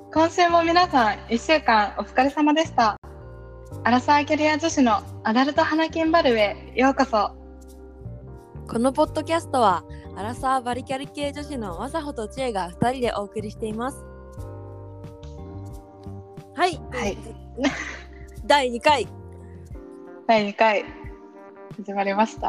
今週も皆さん1週間お疲れ様でした。アラサーキャリア女子のアダルト花金バルへようこそ。 このポッドキャストはアラサーバリキャリ系女子のまさほとちえが2人でお送りしています。はい、第2回始まりました。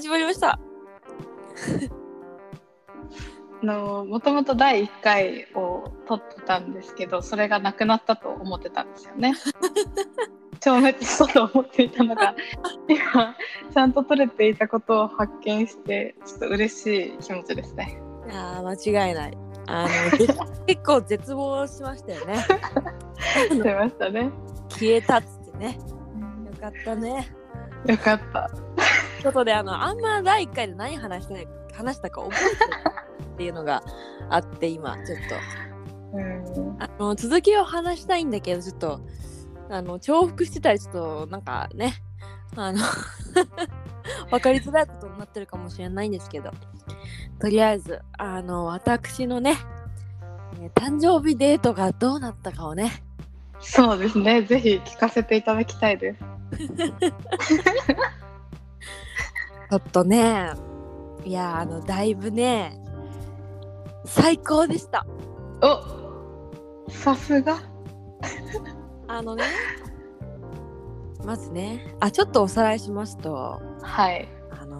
もともと第1回を撮ってたんですけど、それがなくなったと思ってたんですよね。消滅したと思っていたのが今ちゃんと撮れていたことを発見して、ちょっと嬉しい気持ちですね。 いや間違いない。結構絶望しましたよね。 しましたね。 消えたっつってね。よかったね。 よかった。 ということであんま第1回で何話したか覚えてないっていうのがあって、今ちょっと続きを話したいんだけど、ちょっと重複してたりちょっとなんかね分かりづらいことになってるかもしれないんですけど、とりあえず私のね誕生日デートがどうなったかをね。 そうですね、ぜひ聞かせていただきたいです。 ちょっとね、いやだいぶね最高でした。 お、さすが。 まずね、ちょっとおさらいしますと、 はい、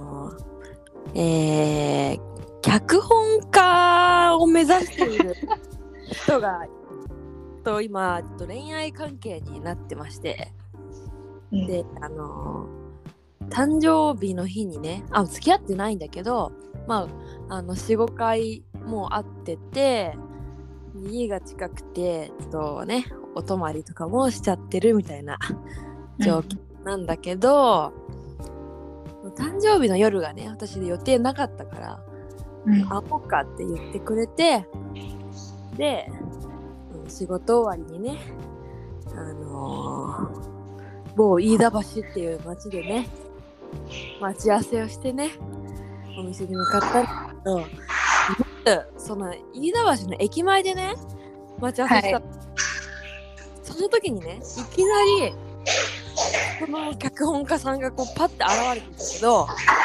脚本家を目指している人が今ちょっと恋愛関係になってまして、で誕生日の日にね、付き合ってないんだけど、4,5 回も会ってて、家が近くてちょっとねお泊まりとかもしちゃってるみたいな状況なんだけど、誕生日の夜がね私で予定なかったから、会おうかって言ってくれて、で仕事終わりにね某飯田橋っていう町でね待ち合わせをしてねお店に向かったんだけど、その飯田橋の駅前でね待ち合わせした、その時にねいきなりこの脚本家さんがこうパッて現れてるんだけど、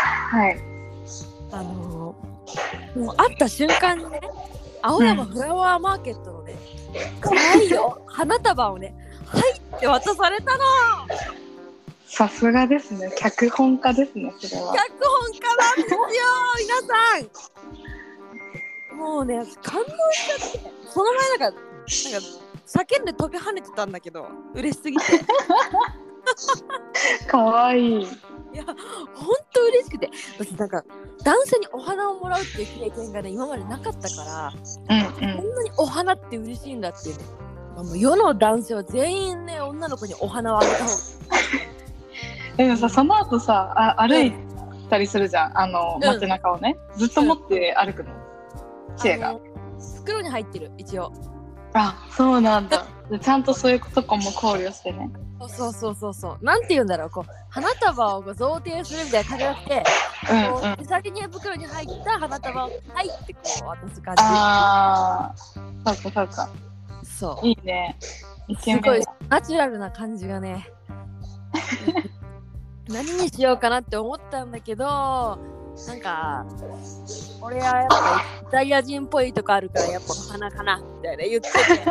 もう会った瞬間にね青山フラワーマーケットのね可愛いよ花束をねはいって渡されたの。 さすがですね、脚本家ですね。それは脚本家なんですよ皆さん。もうね感動しちゃって、その前なんか叫んで飛び跳ねてたんだけど嬉しすぎて可愛い。 いやほんと嬉しくて、私なんか男性にお花をもらうっていう経験がね今までなかったから、こんなにお花って嬉しいんだっていうね、もう世の男性は全員ね女の子にお花をあげた方がでもさ、その後さ歩いたりするじゃん、街中をね、ずっと持って歩くの、知恵が袋に入ってる一応。 そうなんだ。ちゃんとそういうとこも考慮してね。 そうなんて言うんだろう、こう花束を贈呈するみたいな感じじゃなくて、手先に袋に入った花束をはいってこう渡す感じ。 そうか。 そういいね。すごいナチュラルな感じがね何にしようかなって思ったんだけど、なんか俺はやっぱイタリア人っぽいとこあるからやっぱ花かなみたいな言ってて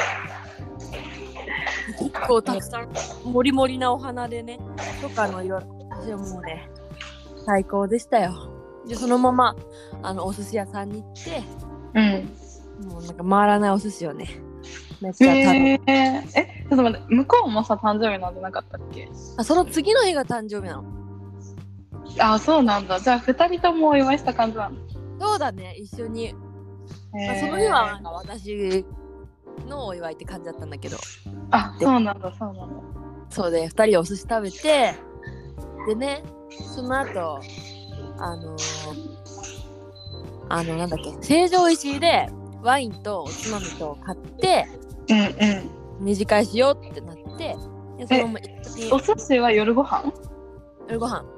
結構たくさんモリモリなお花でね、初夏の色、私はもうね最高でしたよ。でそのままお寿司屋さんに行って、もうなんか回らないお寿司をねめっちゃ食べて、 ちょっと待って、向こうもさ誕生日なんてなかったっけ？ その次の日が誕生日なの。そうなんだ。じゃあ2人ともお祝いした感じなの？ そうだね、一緒に。その日はなんか私のお祝いって感じだったんだけど。 そうなんだ。 そうで2人でお寿司食べて、でねその後なんだっけ、成城石井でワインとおつまみと買って、二次会しようってなって、でそのままお寿司は夜ご飯？ 夜ご飯。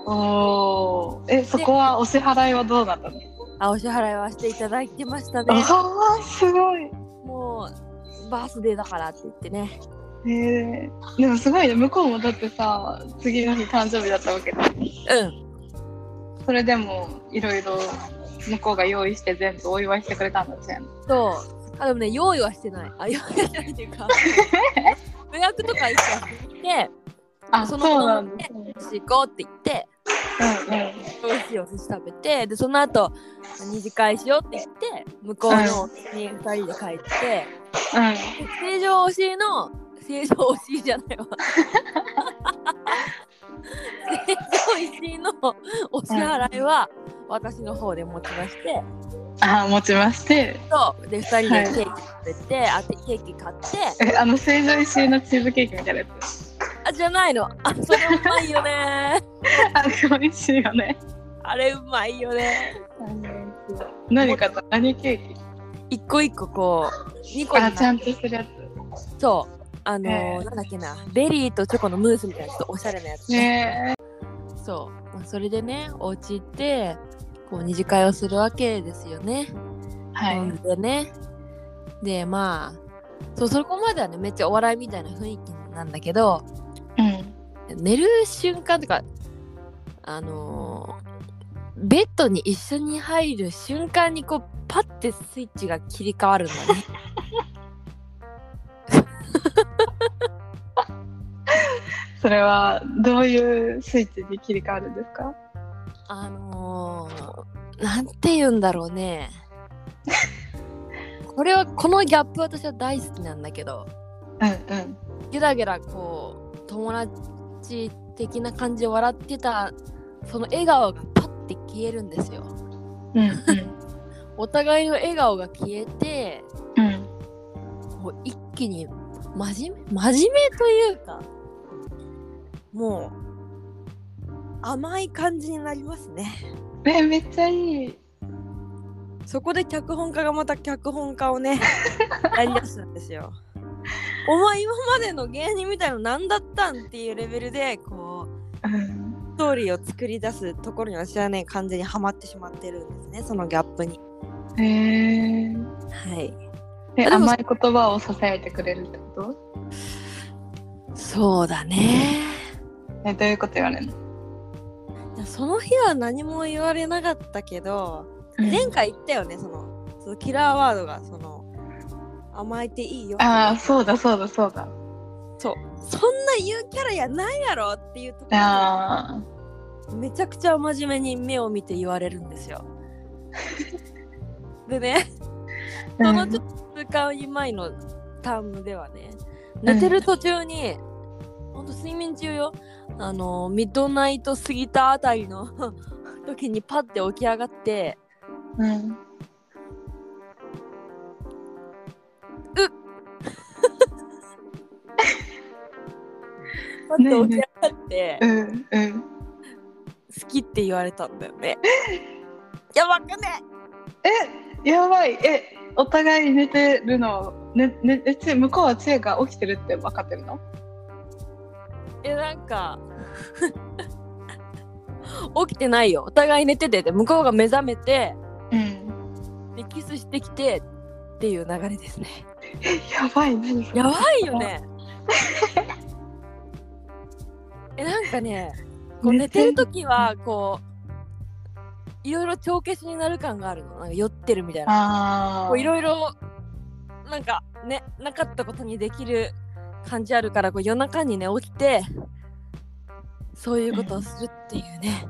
そこはお支払いはどうだったの？ お支払いはしていただいてましたね。 すごい。 もバースデーだからって言ってね。 でもすごいね、向こうもだってさ次の日誕生日だったわけだ。それでもいろいろ向こうが用意して全部お祝いしてくれたんだじゃん。 そう。でもね、用意はしてない。用意はしてないっていうか予約とか一回して、 そのままで行こうって言って、美味しいお寿司食べて、でその後二次会しようって言って向こうのに2人で帰って、成城推しの成城推しじゃないわ成城石井のお支払いは私の方で持ちまして、 持ちまして、 そうで2人でケーキ食べて、ケーキ買って、 成城石井のチーズケーキみたいなやつ。 じゃないの。それうまいよねあれ美味しいよね。 あれうまいよね。 何ケーキ？ 一個一個こう2個にちゃんとするやつ。 そうなんだっけな、ベリーとチョコのムースみたいなちょっとおしゃれなやつね。そう、それでね、お家行ってこう二次会をするわけですよね。でね、でまあそこまではねめっちゃお笑いみたいな雰囲気なんだけど、寝る瞬間とかベッドに一緒に入る瞬間にこうパッてスイッチが切り替わるんだねそれはどういうスイッチに切り替わるんですか？ なんて言うんだろうねこのギャップ私は大好きなんだけど、ゲラゲラこう友達的な感じで笑ってたその笑顔がパッて消えるんですよ。お互いの笑顔が消えて、こう一気に真面目というかもう甘い感じになりますね。 めっちゃいい。 そこで脚本家がまた脚本家をねやりだすんですよ。お前今までの芸人みたいの何だったんっていうレベルでこう、ストーリーを作り出すところに私はね完全にハマってしまってるんですね、そのギャップに。はい。 甘い言葉を支えてくれるってこと？そうだね。どういうこと言われるの？ その日は何も言われなかったけど、前回言ったよね、そのキラーワードがその甘えていいよ。 そうだ。 そう、そんな言うキャラやないやろっていうところめちゃくちゃ真面目に目を見て言われるんですよでね、そのちょっと数回前のタームではね、寝てる途中に、ほんと睡眠中よ、ミッドナイト過ぎたあたりの時にパッて起き上がって、パッと起き上がって、好きって言われたんだよね。やばくね？ やばい。お互い寝てるの、向こうは知恵が起きてるって分かってるの？ なんか起きてないよ。お互い寝てて、向こうが目覚めて、でキスしてきてっていう流れですね。 やばい。何それ？ やばいよね。なんかね、こう寝てるときはこういろいろ帳消しになる感があるの。なんか酔ってるみたいな。こういろいろなんかね、なかったことにできる感じあるから、こう夜中にね起きてそういうことをするっていうね。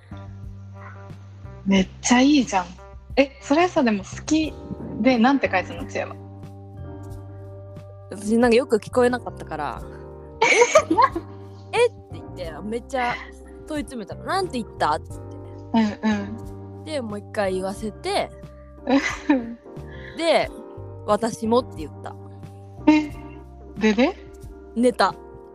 めっちゃいいじゃん。それさ、でも好きでなんて返すの？知恵は。 私なんかよく聞こえなかったからって言ってめっちゃ問い詰めたの。なんて言ったっつって、でもう一回言わせてで私もって言った。で寝た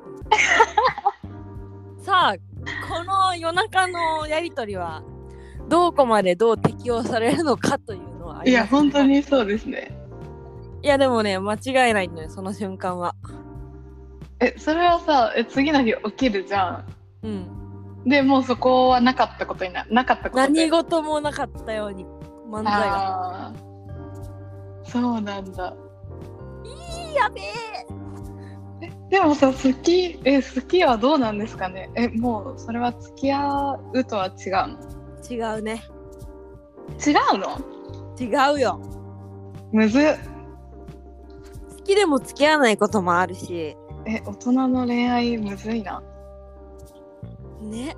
さあこの夜中のやりとりはどこまでどう適用されるのかというのはありますね。 いや本当にそうですね。 いやでもね、間違いないんだよ、その瞬間は。 それはさ、次の日起きるじゃん。でもうそこはなかったことになかったことで。 何事もなかったように漫才が。 そうなんだ。 やべえ。 でもさ、好きはどうなんですかね。もうそれは付き合うとは違うの？ 違うね。 違うの？ 違うよ。 むずっ。 好きでも付き合わないこともあるし。 大人の恋愛むずいな。 ね。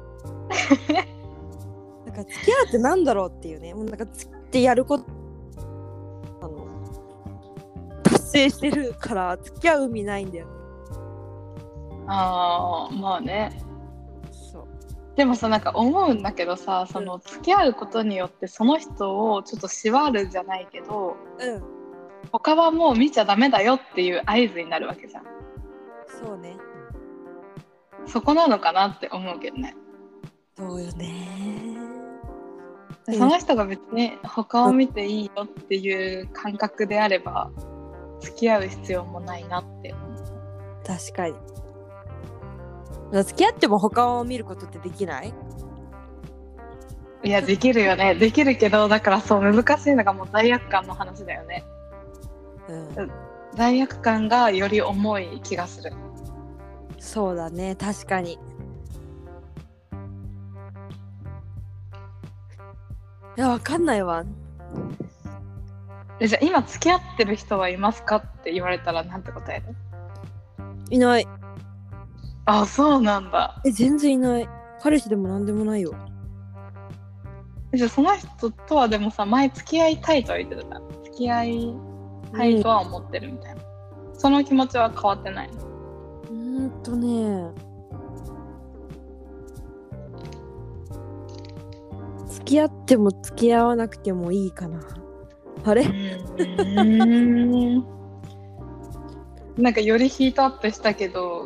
なんか付き合うってなんだろうっていうね。もうなんかってやること達成してるから付き合う意味ないんだよ。 まあね。 そう。 でもさ、なんか思うんだけどさ、その付き合うことによってその人をちょっと縛るじゃないけど、他はもう見ちゃダメだよっていう合図になるわけじゃん。 そうね。 そこなのかなって思うけどね。 そうよね。 その人が別に他を見ていいよっていう感覚であれば付き合う必要もないなって思う。 確かに。付き合っても他を見ることってできない？ いや、できるよね。できるけど、だからそう難しいのがもう罪悪感の話だよね。罪悪感がより重い気がする。 そうだね、確かに。いや、わかんないわ。 じゃあ今付き合ってる人はいますかって言われたらなんて答える？ いない。 あ、そうなんだ。 全然いない。彼氏でもなんでもないよ。 じゃあその人とはでもさ、前付き合いたいとは言ってた。付き合いたいとは思ってるみたいな。その気持ちは変わってないの？ 付き合っても付き合わなくてもいいかな。あれ？ なんかよりヒートアップしたけど、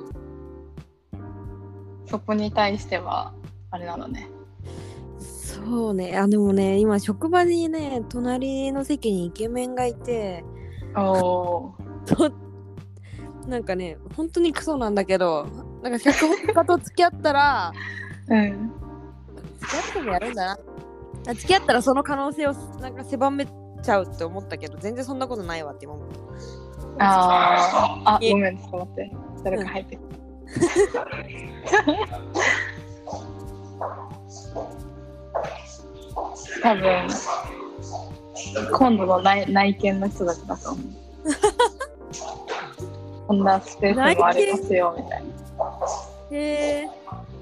そこに対してはあれなのね。 そうね。でもね、今職場にね、隣の席にイケメンがいて、なんかね、本当にクソなんだけど、なんか脚本家と付き合ったら付き合ってもやるんだな。付き合ったらその可能性をなんか狭めちゃうって思ったけど、全然そんなことないわって今思った。 ごめん、ちょっと待って、誰か入ってきた。多分今度の内見の人たちだと思う。こんなスペースもありますよみたいな。 へー。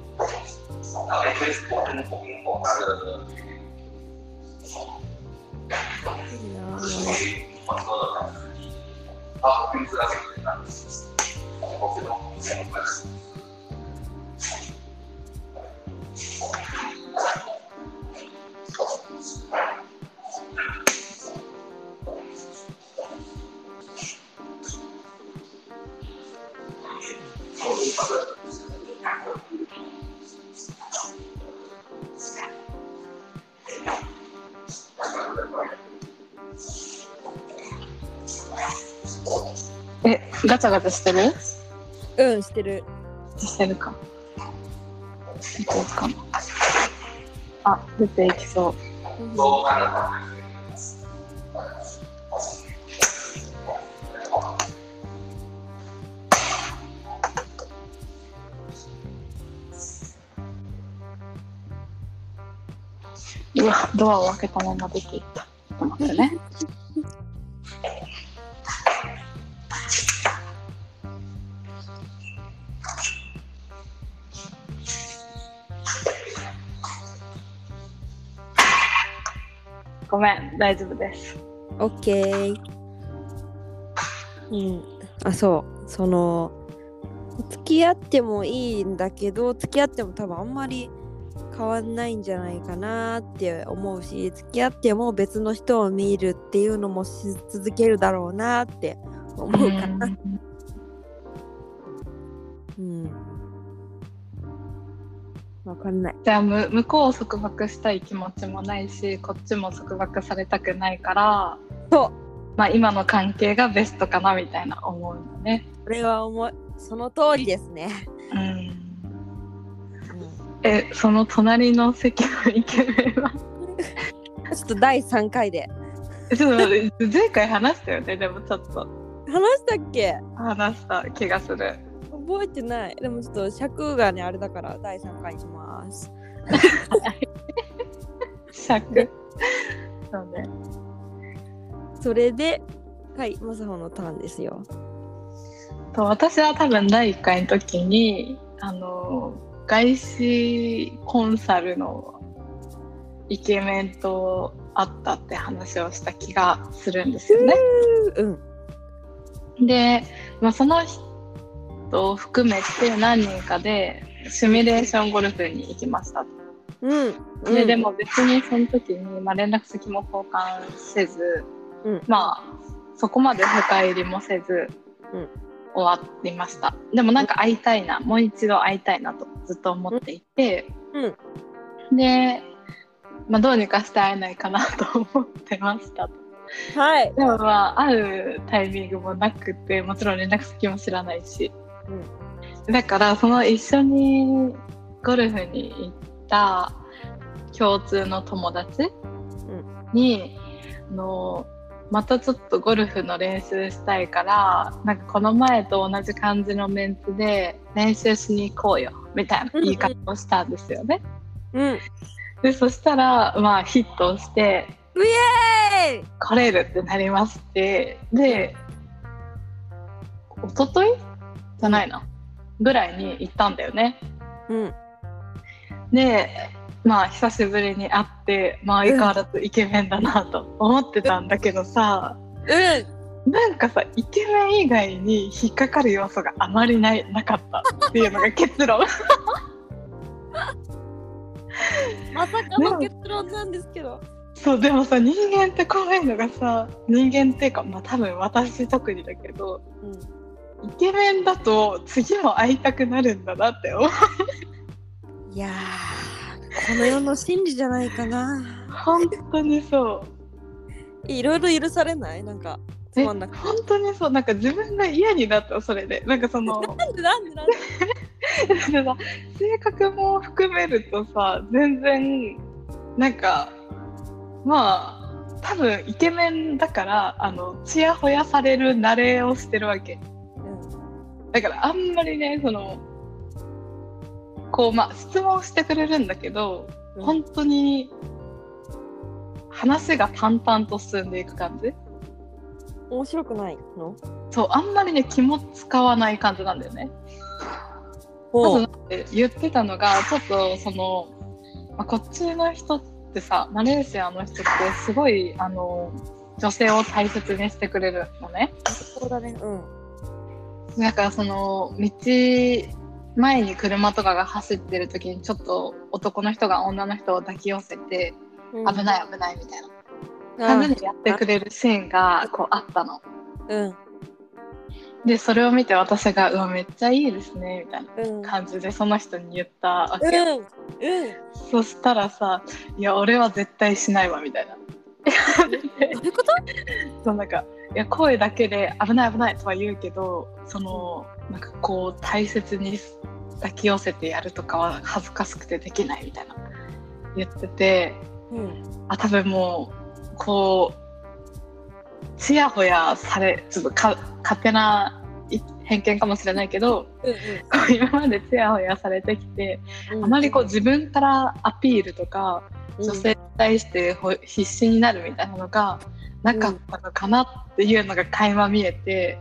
ガチャガチャしてる？ してる。 してるか。出ていくかな。出ていきそう。うわ、ドアを開けたまま出ていった。ちょっと待ってね。ごめん、大丈夫です。 オッケー。その付き合ってもいいんだけど、付き合っても多分あんまり変わんないんじゃないかなって思うし、付き合っても別の人を見るっていうのもし続けるだろうなって思うかな。わかんない。 じゃあ向こうを束縛したい気持ちもないし、こっちも束縛されたくないから、今の関係がベストかなみたいな思うのね。 それはその通りですね。 その隣の席のイケメンはちょっと第3回でちょっと待って、前回話したよね。でもちょっと話したっけ？ 話した気がする。 覚えてない。でもちょっと尺がねあれだから第3回いきます。 尺。そうね。 それで、はい、マサホのターンですよ。 私は多分第1回の時に外資コンサルのイケメンと会ったって話をした気がするんですよね。で、その人を含めて何人かでシミュレーションゴルフに行きましたと。でも別にその時に、連絡先も交換せず、そこまで深入りもせず、終わりました。でもなんか会いたいな、もう一度会いたいなとずっと思っていて、で、どうにかして会えないかなと思ってましたと。 はい。 でも会うタイミングもなくて、もちろん連絡先も知らないし、だからその一緒にゴルフに行った共通の友達に、またちょっとゴルフの練習したいから、なんかこの前と同じ感じのメンツで練習しに行こうよみたいな言い方をしたんですよね。でそしたらヒットをしてイエーイ来れるってなりまして、で一昨日じゃないな、ぐらいに行ったんだよね。で久しぶりに会って相変わらずイケメンだなと思ってたんだけどさ、なんかさイケメン以外に引っかかる要素があまりなかったっていうのが結論。 まさかの結論なんですけど。 そうでもさ、人間ってこういうのがさ、人間っていうか多分私特にだけど、イケメンだと次も会いたくなるんだなって思う。 いやー、この世の真理じゃないかな。 本当にそう。 いろいろ許されない？なんかつまんなくて。 本当にそう。なんか自分が嫌になったそれで。なんかそのなんで性格も含めるとさ、全然なんか多分イケメンだからチヤホヤされる慣れをしてるわけ。だからあんまりね、そのこう質問してくれるんだけど、本当に話が淡々と進んでいく感じ。 面白くないの？ そう、あんまりね気も使わない感じなんだよね。まず言ってたのが、ちょっとその、こっちの人ってさ、マレーシアの人ってすごい女性を大切にしてくれるのね。 そうだね。 なんかその道前に車とかが走ってる時にちょっと男の人が女の人を抱き寄せて、危ない危ないみたいな感じでやってくれるシーンがこうあったの。でそれを見て私がうわめっちゃいいですねみたいな感じでその人に言ったわけ。そしたらさ、いや俺は絶対しないわみたいな。 どういうこと？ そうなんかいや声だけで危ない危ないとは言うけど、そのなんかこう大切に抱き寄せてやるとかは恥ずかしくてできないみたいな言ってて、多分もうこうちやほやされ、ちょっと勝手な偏見かもしれないけど、今までちやほやされてきて、あまりこう自分からアピールとか、女性に対して必死になるみたいなのがなかったのかなっていうのが垣間見えて、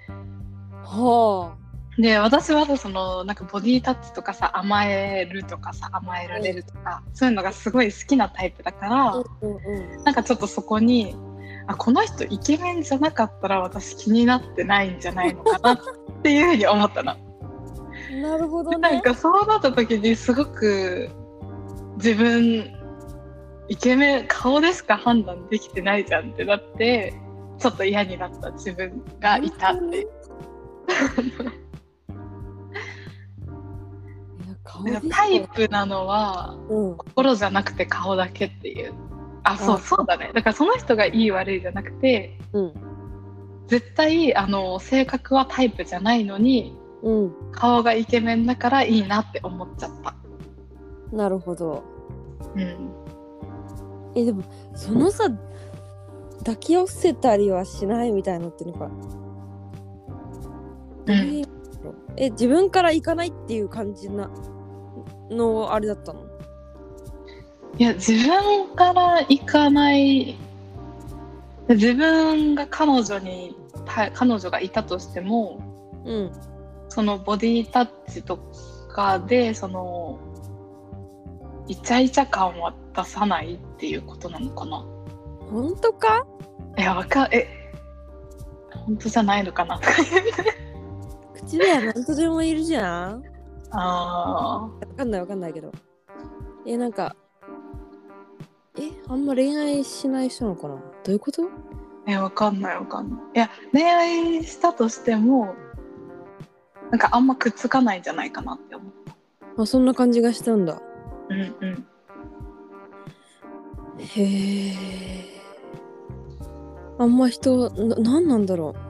で私はそのなんかボディタッチとかさ、甘えるとかさ、甘えられるとか、そういうのがすごい好きなタイプだから、なんかちょっとそこにこの人イケメンじゃなかったら私気になってないんじゃないのかなっていうふうに思ったの。 なるほどね。 なんかそうなった時にすごく自分イケメン顔でしか判断できてないじゃんってなって、ちょっと嫌になった自分がいたっていう。タイプなのは、心じゃなくて顔だけっていう。そうだね。だからその人がいい悪いじゃなくて、絶対性格はタイプじゃないのに、顔がイケメンだからいいなって思っちゃった。 なるほど。でもそのさ、抱き寄せたりはしないみたいなっていうのかうん、 自分から行かないっていう感じのあれだったの？ いや、自分から行かない。自分が彼女がいたとしても、 うん。 そのボディタッチとかでそのイチャイチャ感は出さないっていうことなのかな。 本当か？ いや、本当じゃないのかなとか言って。 口では何とでもいるじゃん。 あわかんないけど。なんか、あんま恋愛しない人なのかな？どういうこと？ わかんない。いや、恋愛したとしてもなんかあんまくっつかないんじゃないかなって思う。 そんな感じがしたんだ。 うんうん。 へえ。あんまなんなんだろ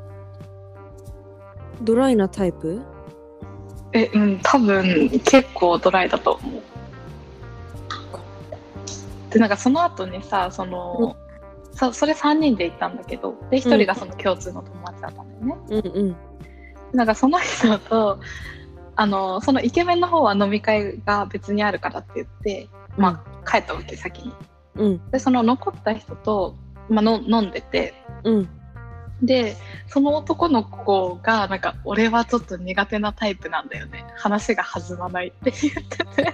う。ドライなタイプ？ うん、多分結構ドライだと思う。で、なんかその後にさ、それ3人で行ったんだけど、で1人がその共通の友達だったんだよね。 うんうん。 なんかその人とそのイケメンの方は飲み会が別にあるからって言って、まあ帰ったわけ先に。 うん。 でその残った人と、まあ、飲んでて、 うん。 でその男の子がなんか俺はちょっと苦手なタイプなんだよね、話が弾まないって言ってて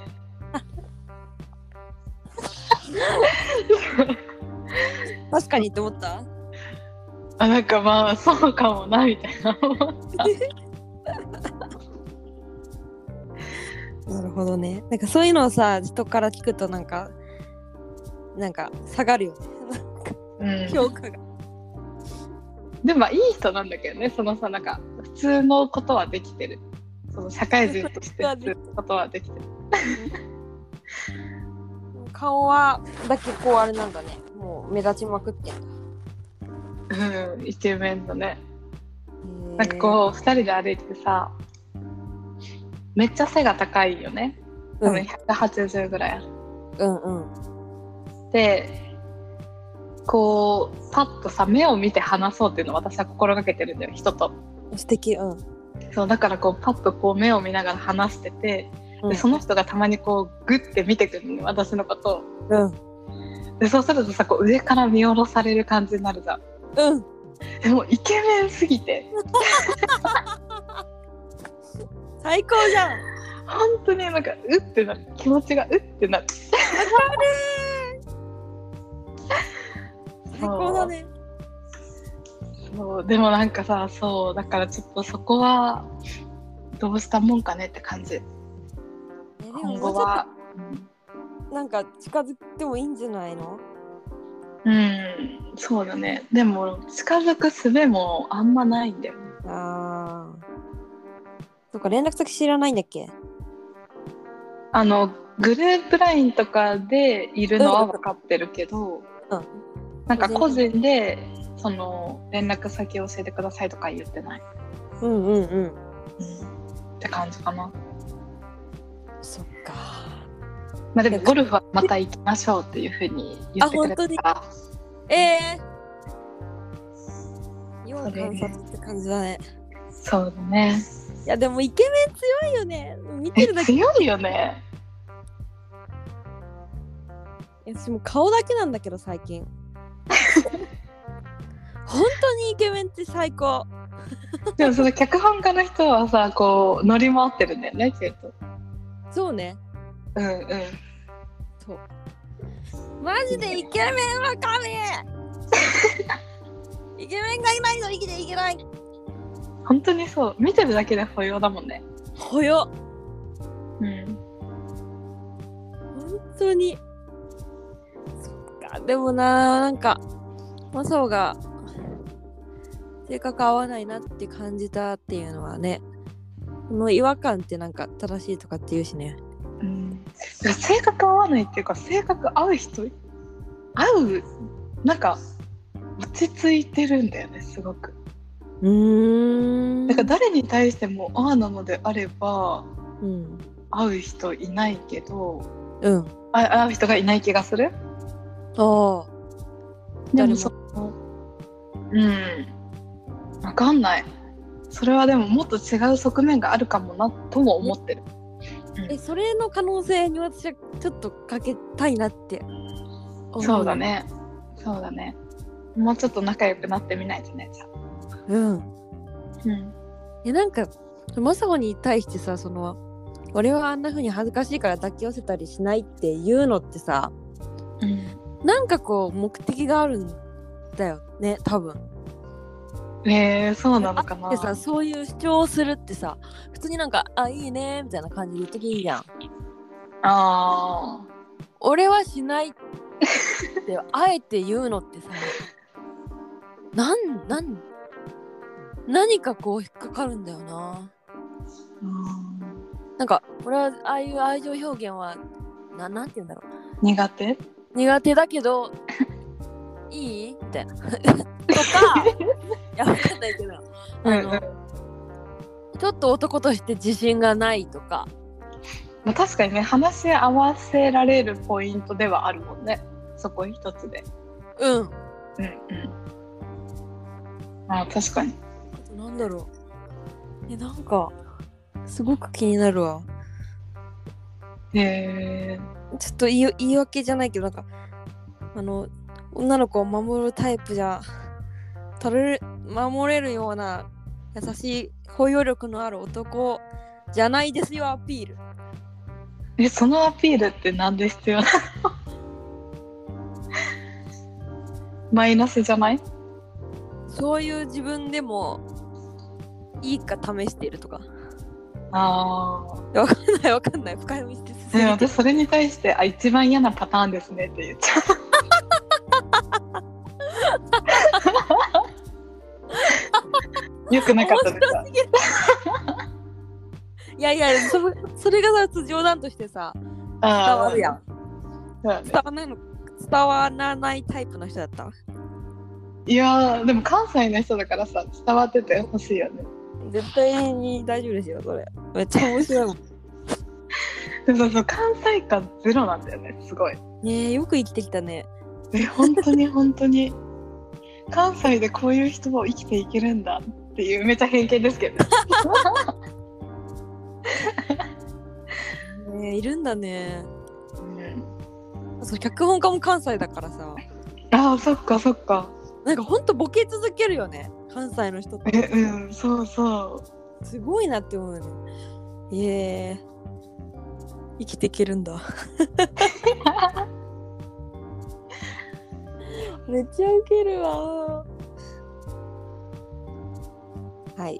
確かにって思った？ なんかまあそうかもなみたいな思ったなるほどね。なんかそういうのをさ、人から聞くとなんか下がるよね。評価が。 でもいい人なんだけどね、そのさ、なんか普通のことはできてる。その社会人として普通のことはできてる。 顔はだけこうあれなんだね。もう目立ちまくってんだ。 イケメンだね。なんかこう2人で歩いててさ、めっちゃ背が高いよね。多分180ぐらいある。 うんうん。 で、こうパッとさ目を見て話そうっていうのを私は心がけてるんだよ、人と。 素敵。うん。 そうだからこうパッとこう目を見ながら話してて、でその人がたまにこうグッて見てくるの、私のことを。 うん。 でそうするとさ、こう上から見下ろされる感じになるじゃん。 うん。 でもイケメンすぎて最高じゃん。 本当になんかうってなる、気持ちがうってなる。 最高だね。 そうでもなんかさ、そうだからちょっとそこはどうしたもんかねって感じ。今後はなんか近づいてもいいんじゃないの？ そうだね。でも近づく術もあんまないんだよね。 そっか、連絡先知らないんだっけ？ グループ LINE とかでいるのは分かってるけど、なんか個人でその連絡先教えてくださいとか言ってない。って感じかな。 そっか。 まあでもゴルフはまた行きましょうっていう風に言ってくれたから。 要観察って感じだね。 そうだね。 いやでもイケメン強いよね。見てるだけ強いよね。 私も顔だけなんだけど最近本当にイケメンって最高。 でもその脚本家の人はさ、こう乗り回ってるんだよね、きっと。 そうね。そう。マジでイケメンは神イケメンがいないと生きていけない。 本当にそう。見てるだけで保養だもんね。 保養。本当に。そっか。でもなんかマサオが性格合わないなって感じたっていうのはね、この違和感ってなんか正しいとかって言うしね。 性格合わないっていうか、性格合う人なんか落ち着いてるんだよね、すごく。なんか誰に対してもああなのであれば、会う人いないけど、会う人がいない気がする。でも分かんない。 それはでももっと違う側面があるかもなとも思ってる。 それの可能性に私はちょっとかけたいなって思う。 そうだね。そうだね。もうちょっと仲良くなってみないとね、じゃあ。 なんか雅穂に対してさ、俺はあんな風に恥ずかしいから抱き寄せたりしないっていうのってさ、なんかこう目的があるんだよね、多分。 そうなのかな。 でさ、そういう主張をするってさ、普通になんかいいねみたいな感じで言っときいいじゃん。俺はしないってあえて言うのってさ、何かこう引っかかるんだよな。なんか俺はああいう愛情表現はなんて言うんだろう、苦手だけどいいみたいなとかいや分かんないけどちょっと男として自信がないとか、 確かにね、話し合わせられるポイントではあるもんね、そこ一つで。確かに。 なんだろう、なんかすごく気になるわ。ちょっと言い訳じゃないけど、なんか女の子を守るタイプじゃ守れるような優しい包容力のある男じゃないですよアピール。 そのアピールってなんで必要なの？マイナスじゃない？ そういう自分でもいいか試しているとか。わかんない深読みしてすぎて。 私それに対して一番嫌なパターンですねって言っちゃう。よくなかったですか？ いやそれがさ、冗談としてさ伝わるやん。伝わらないタイプの人だった。 いやでも関西の人だからさ、伝わっててほしいよね。 絶対に大丈夫ですよ、それ。めっちゃ面白いもん。 そう関西感ゼロなんだよね、すごい。 よく生きてきたね。 本当に本当に関西でこういう人も生きていけるんだっていう、めっちゃ偏見ですけどいるんだね。そう、脚本家も関西だからさ。 そっか。 なんかほんとボケ続けるよね、関西の人って。 そうすごいなって思うよね。生きていけるんだめっちゃウケるわ。はい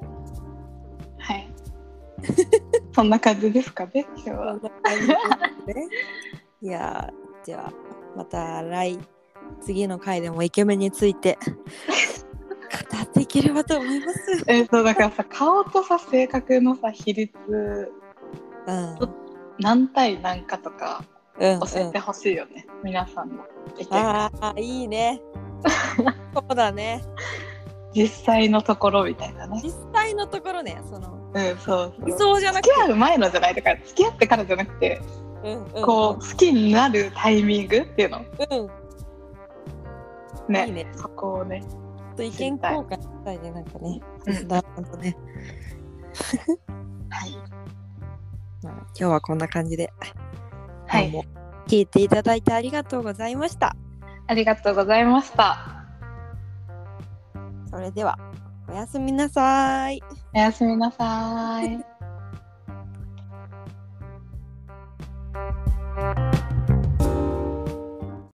そんな感じですかね、今日は。 そんな感じですね。いやじゃあまた次の回でもイケメンについて語っていければと思います。 だからさ、顔とさ性格のさ比率、何対何かとか教えてほしいよね、皆さんの意見。 いいねそうだね、 実際のところみたいなね。 実際のところね、 そう理想じゃなくて、 付き合う前のじゃない、だから付き合ってからじゃなくて、こう好きになるタイミングっていうの、ね、いいね、そこをね意見交換したいね、なんかね、だとね今日はこんな感じで、聞いていただいてありがとうございました。 ありがとうございました。 それではおやすみなさい。 おやすみなさい。